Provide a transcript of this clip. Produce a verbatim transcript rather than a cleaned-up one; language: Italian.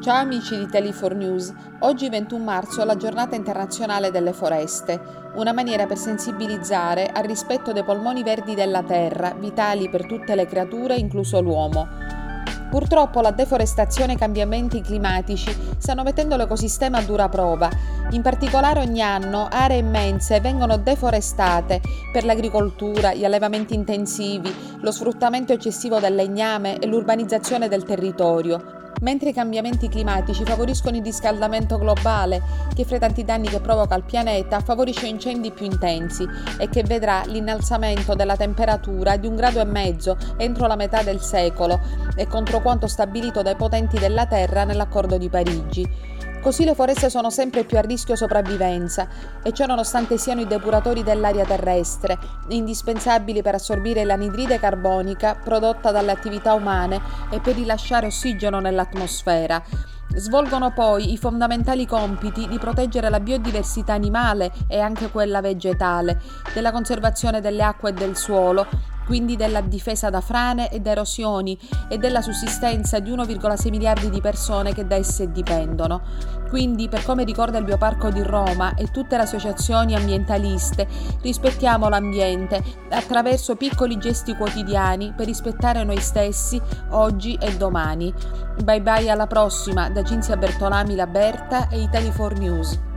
Ciao amici di Italy four News, oggi ventuno marzo è la giornata internazionale delle foreste, una maniera per sensibilizzare al rispetto dei polmoni verdi della terra, vitali per tutte le creature, incluso l'uomo. Purtroppo la deforestazione e i cambiamenti climatici stanno mettendo l'ecosistema a dura prova. In particolare ogni anno aree immense vengono deforestate per l'agricoltura, gli allevamenti intensivi, lo sfruttamento eccessivo del legname e l'urbanizzazione del territorio. Mentre i cambiamenti climatici favoriscono il riscaldamento globale, che fra i tanti danni che provoca al pianeta favorisce incendi più intensi e che vedrà l'innalzamento della temperatura di un grado e mezzo entro la metà del secolo e contro quanto stabilito dai potenti della Terra nell'Accordo di Parigi. Così le foreste sono sempre più a rischio sopravvivenza, e ciò nonostante siano i depuratori dell'aria terrestre, indispensabili per assorbire l'anidride carbonica prodotta dalle attività umane e per rilasciare ossigeno nell'atmosfera. Svolgono poi i fondamentali compiti di proteggere la biodiversità animale e anche quella vegetale, della conservazione delle acque e del suolo, quindi della difesa da frane e da erosioni e della sussistenza di uno virgola sei miliardi di persone che da esse dipendono. Quindi, per come ricorda il Bioparco di Roma e tutte le associazioni ambientaliste, rispettiamo l'ambiente attraverso piccoli gesti quotidiani per rispettare noi stessi oggi e domani. Bye bye, alla prossima, da Cinzia Bertolami La Berta e Italy four News.